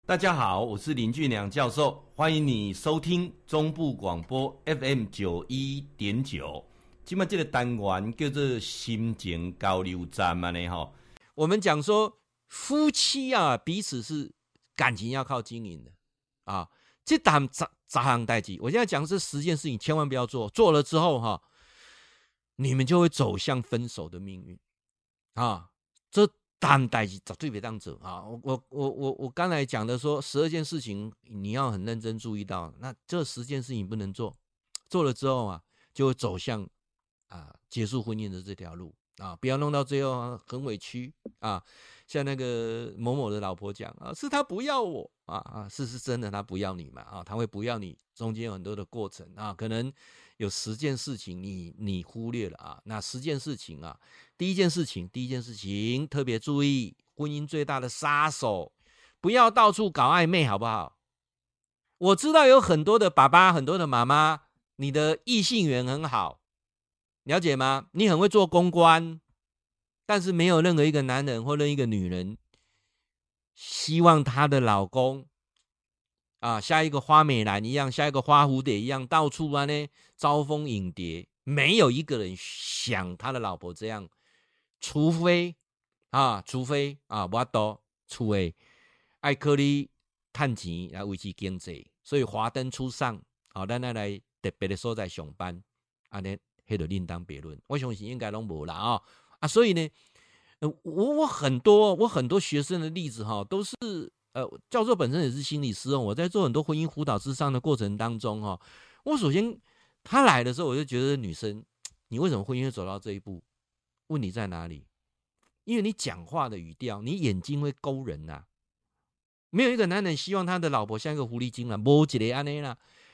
大家好，我是林俊良教授，欢迎你收听中部广播 FM91.9。今麦这个单元叫做心情交流站嘛呢哈。我们讲说夫妻啊，彼此是感情要靠经营的啊。这档杂行代志，我现在讲这10件事情，千万不要做，做了之后哈，你们就会走向分手的命运啊。这当代志绝对别当做啊！我刚才讲的说12件事情，你要很认真注意到。那这10件事情不能做，做了之后啊，就会走向结束婚姻的这条路啊！不要弄到最后很委屈啊！像那个某某的老婆讲啊，是他不要我是真的他不要你嘛啊，他会不要你，中间有很多的过程啊，可能有10件事情你忽略了啊，那10件事情啊。第一件事情特别注意，婚姻最大的杀手，不要到处搞暧昧，好不好？我知道有很多的爸爸，很多的妈妈，你的异性缘很好，了解吗？你很会做公关，但是没有任何一个男人或任何一个女人希望她的老公像一个花美男一样，像一个花蝴蝶一样，到处招蜂引蝶，没有一个人想他的老婆这样。除非我都厝的爱靠你赚钱来维持经济，所以华灯初上咱来特别的所在上班，那就另当别论。我相信应该都没啦所以呢，我很多学生的例子都是教授本身也是心理师我在做很多婚姻辅导咨商的过程当中我首先他来的时候我就觉得女生，你为什么婚姻会走到这一步？问题在哪里？因为你讲话的语调，你眼睛会勾人没有一个男人希望他的老婆像一个狐狸精没一个这样啦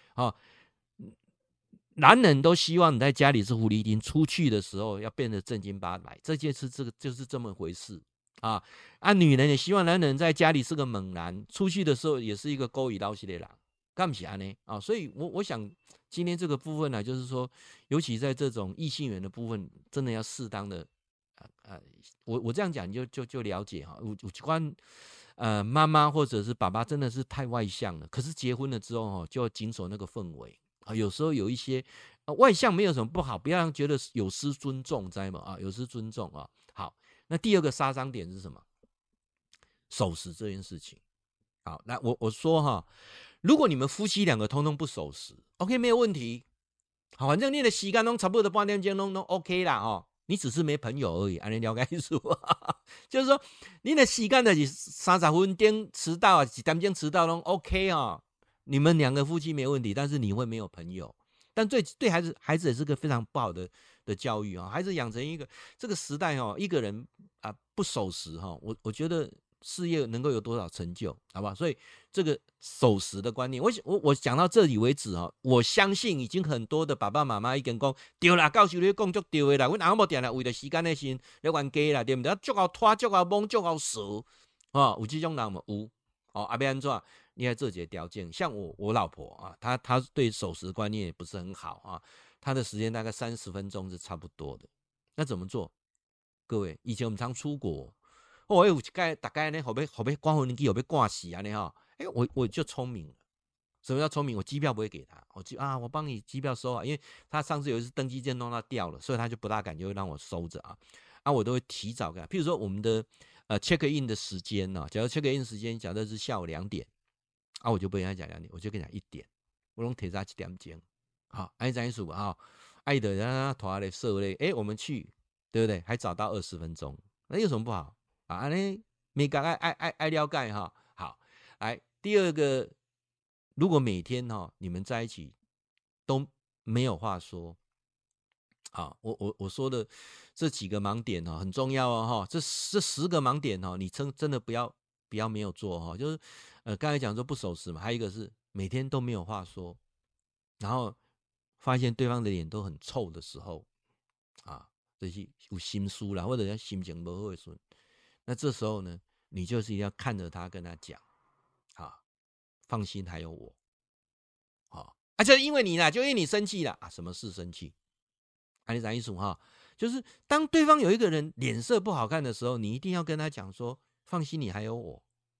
男人都希望你在家里是狐狸精，出去的时候要变得正经八百，这件事就是这么回事女人也希望男人在家里是个猛男，出去的时候也是一个勾引捞西的人，干不起来呢所以我想今天这个部分呢，就是说，尤其在这种异性缘的部分，真的要适当的我这样讲你就了解有关妈妈或者是爸爸真的是太外向了，可是结婚了之后就要谨守那个氛围有时候有一些外向没有什么不好，不要让觉得有失尊重，知道吗有失尊重好，那第二个杀伤点是什么？守时这件事情。好，那我说如果你们夫妻两个通通不守时 ，OK 没有问题。好，反正你的时间都差不多半点钟都 OK 啦你只是没朋友而已，你了解意思就是说你的时间就是30分钟迟到几点钟迟到都 OK 你们两个夫妻没问题，但是你会没有朋友，但对孩子也是个非常不好的教育孩子养成一个这个时代一个人不守时我觉得事业能够有多少成就，好不好？所以这个守时的观念，我讲到这里为止我相信已经很多的爸爸妈妈已经讲对啦，教授你讲足对的啦，阮阿某定啦为了时间的心咧冤家啦，对不对？足够拖，足够懵，足够熟有这种人吗？有要安怎？你要做这个条件，像我老婆她对守时观念也不是很好她的时间大概30分钟是差不多的。那怎么做？各位，以前我们常出国。有一次大概呢，后面赶婚机，后面挂死我就聪明了。什么叫聪明？我机票不会给他，我帮你机票收因为他上次有一次登机证弄到掉了，所以他就不大敢，就会让我收着我都会提早给他。譬如说我们的check in 的时间假如 check in 时间假设是下午2点我就不跟他讲2点，我就跟他讲1点，我拢提早1点钟按这样数爱的让他拖来设嘞，我们去，对不对？还早到20分钟，那有什么不好？每个爱了解好，来第二个，如果每天你们在一起都没有话说我说的这几个盲点很重要这10个盲点你真的不要没有做就是刚才讲说不守时嘛，还有一个是每天都没有话说，然后发现对方的脸都很臭的时候就是有心事啦，或者心情不好的时候，那这时候呢，你就是一定要看着他，跟他讲放心，还有我就因为你啦，就因为你生气了什么事生气？你啥意思就是当对方有一个人脸色不好看的时候，你一定要跟他讲说，放心，你还有我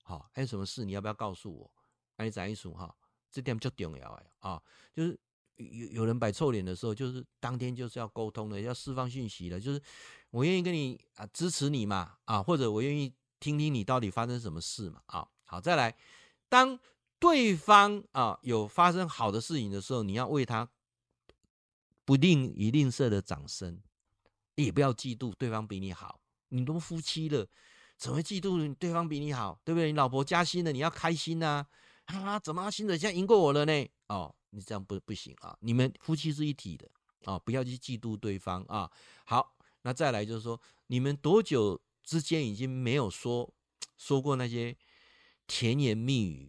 好，还有什么事你要不要告诉我？你讲一说哈，这点就重要啊，就是有人摆臭脸的时候，就是当天就是要沟通的，要释放讯息的，就是我愿意跟你支持你嘛或者我愿意听听你到底发生什么事嘛好，再来，当对方有发生好的事情的时候，你要为他不吝啬的掌声，也不要嫉妒对方比你好，你都夫妻了，怎么会嫉妒对方比你好？对不对？你老婆加薪了，你要开心啊！怎么薪水现在赢过我了呢？你这样不行啊！你们夫妻是一体的不要去嫉妒对方啊。好，那再来就是说，你们多久之间已经没有说过那些甜言蜜语？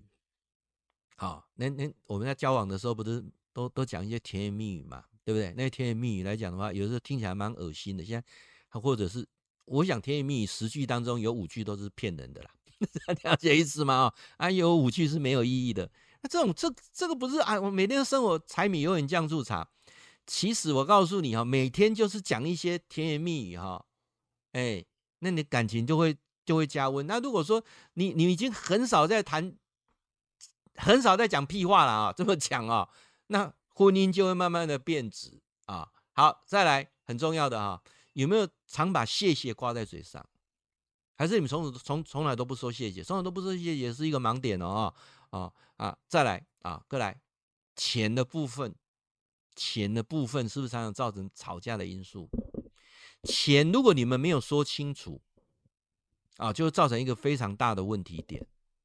我们在交往的时候不是都讲一些甜言蜜语嘛，对不对？那些甜言蜜语来讲的话，有的时候听起来蛮恶心的。现在或者是我想甜言蜜语10句当中有5句都是骗人的啦，了解意思吗？有5句是没有意义的。那这个不是我每天生活柴米油盐酱醋茶。其实我告诉你每天就是讲一些甜言蜜语那你的感情就会加温。那如果说你已经很少在讲屁话了这么讲那婚姻就会慢慢的变质好，再来很重要的有没有常把谢谢挂在嘴上？还是你们从来都不说谢谢？从来都不说谢谢是一个盲点再来再来，钱的部分是不是常常造成吵架的因素？钱如果你们没有说清楚就会造成一个非常大的问题点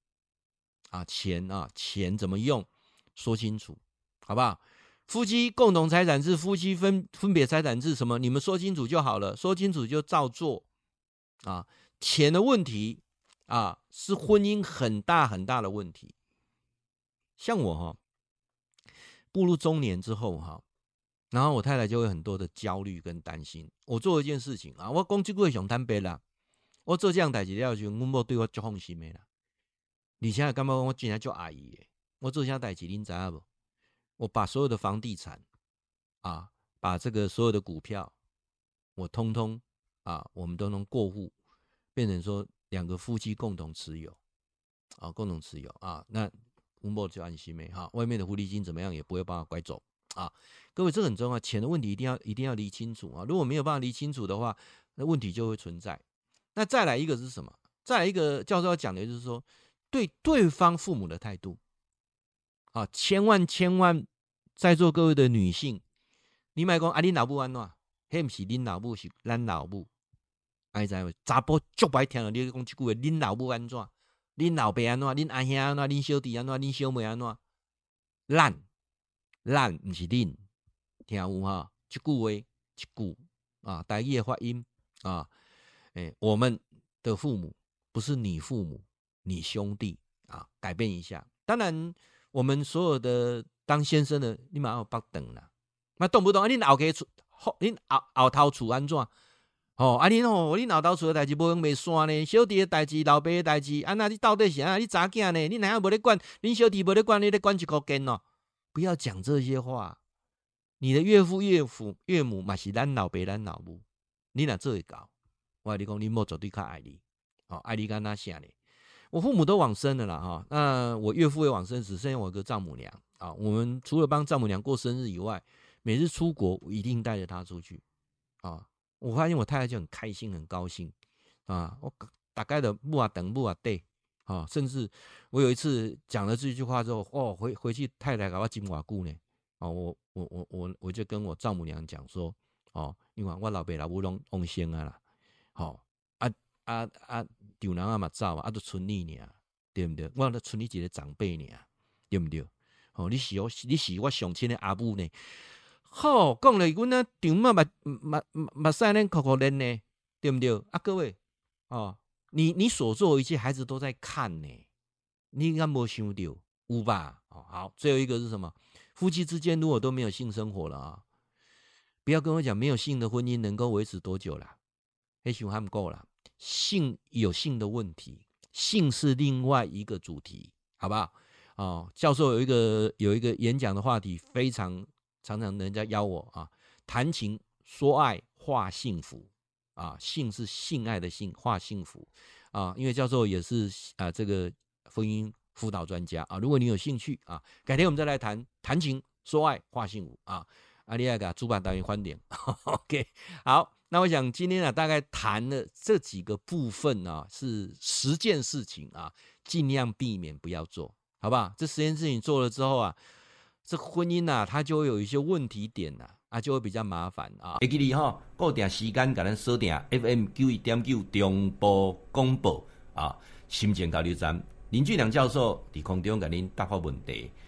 钱怎么用说清楚，好不好？夫妻共同财产制，夫妻分别财产制，什么你们说清楚就好了，说清楚就照做钱的问题是婚姻很大很大的问题。像我步入中年之后然后我太太就会很多的焦虑跟担心。我做一件事情我讲这句话很坦白啦，我做这样代志了就阮某对我足放心的啦，而且感觉我真的足爱伊的。我做这样代志您知道不？我把所有的房地产把这个所有的股票，我通通我们都能过户，变成说2个夫妻共同持有那阮某就安心外面的狐狸精怎么样也不会把我拐走各位，这很重要，钱的问题一定要理清楚如果没有办法理清楚的话，那问题就会存在。那再来一个是什么？再来一个教授要讲的就是说，对对方父母的态度千万在座各位的女性，你莫讲你老母安怎？迄不是恁老母，是咱老母。知道吗？查甫足不爱听你讲这句话，恁老母安怎？恁老爸安怎？恁阿兄安怎？恁小弟安怎？恁小妹安怎？咱不是恁，听有这句话一句台语的发音我们的父母不是你父母，你兄弟改变一下。当然，我们所有的当先生的，你马上北等啦，那动不动恁后家厝，恁后头厝安怎？恁后头厝的代志无用袂散呢？小弟的代志，老爸的代志，那你到底是你查囝呢？你哪样无咧管？恁小弟无咧管，你咧管一箍根不要讲这些话。你的岳父岳母嘛是咱老爸咱老母，你若做会到，我跟你讲，你某绝对较爱你爱你干那啥呢？我父母都往生了啦那我岳父也往生，只剩下我一个丈母娘我们除了帮丈母娘过生日以外，每次出国我一定带着她出去我发现我太太就很开心很高兴我大概的木等木对甚至我有一次讲了这句话之后回去太太给我金瓦固呢我就跟我丈母娘讲说因为我老爸老母拢往生啦丈人嘛走就剩你尔，对不对？我就剩你一个长辈尔，对不对？你是我上亲的阿母呢。讲了阮丈妈目屎恁哭哭恁呢，对不对？各位你所做的一切，孩子都在看呢，你应该没想到有吧？好，最后一个是什么？夫妻之间如果都没有性生活了不要跟我讲没有性的婚姻能够维持多久啦？那想还不够啦。性有性的问题，性是另外一个主题，好不好？教授有一个演讲的话题，常常人家邀我谈情说爱话幸福性是性爱的性，话幸福啊，因为教授也是这个婚姻辅导专家啊。如果你有兴趣啊，改天我们再来谈情说爱话幸福啊。你要给主办单元翻脸，OK， 好，那我想今天大概谈了这几个部分啊，是10件事情啊，尽量避免不要做，好不好？这10件事情做了之后啊，这婚姻啊，它就会有一些问题点就会比较麻烦啊。 会记你固定时间给咱锁定 FM 91.9中部广播啊，心情交流站，林俊良教授伫空中给您答复问题。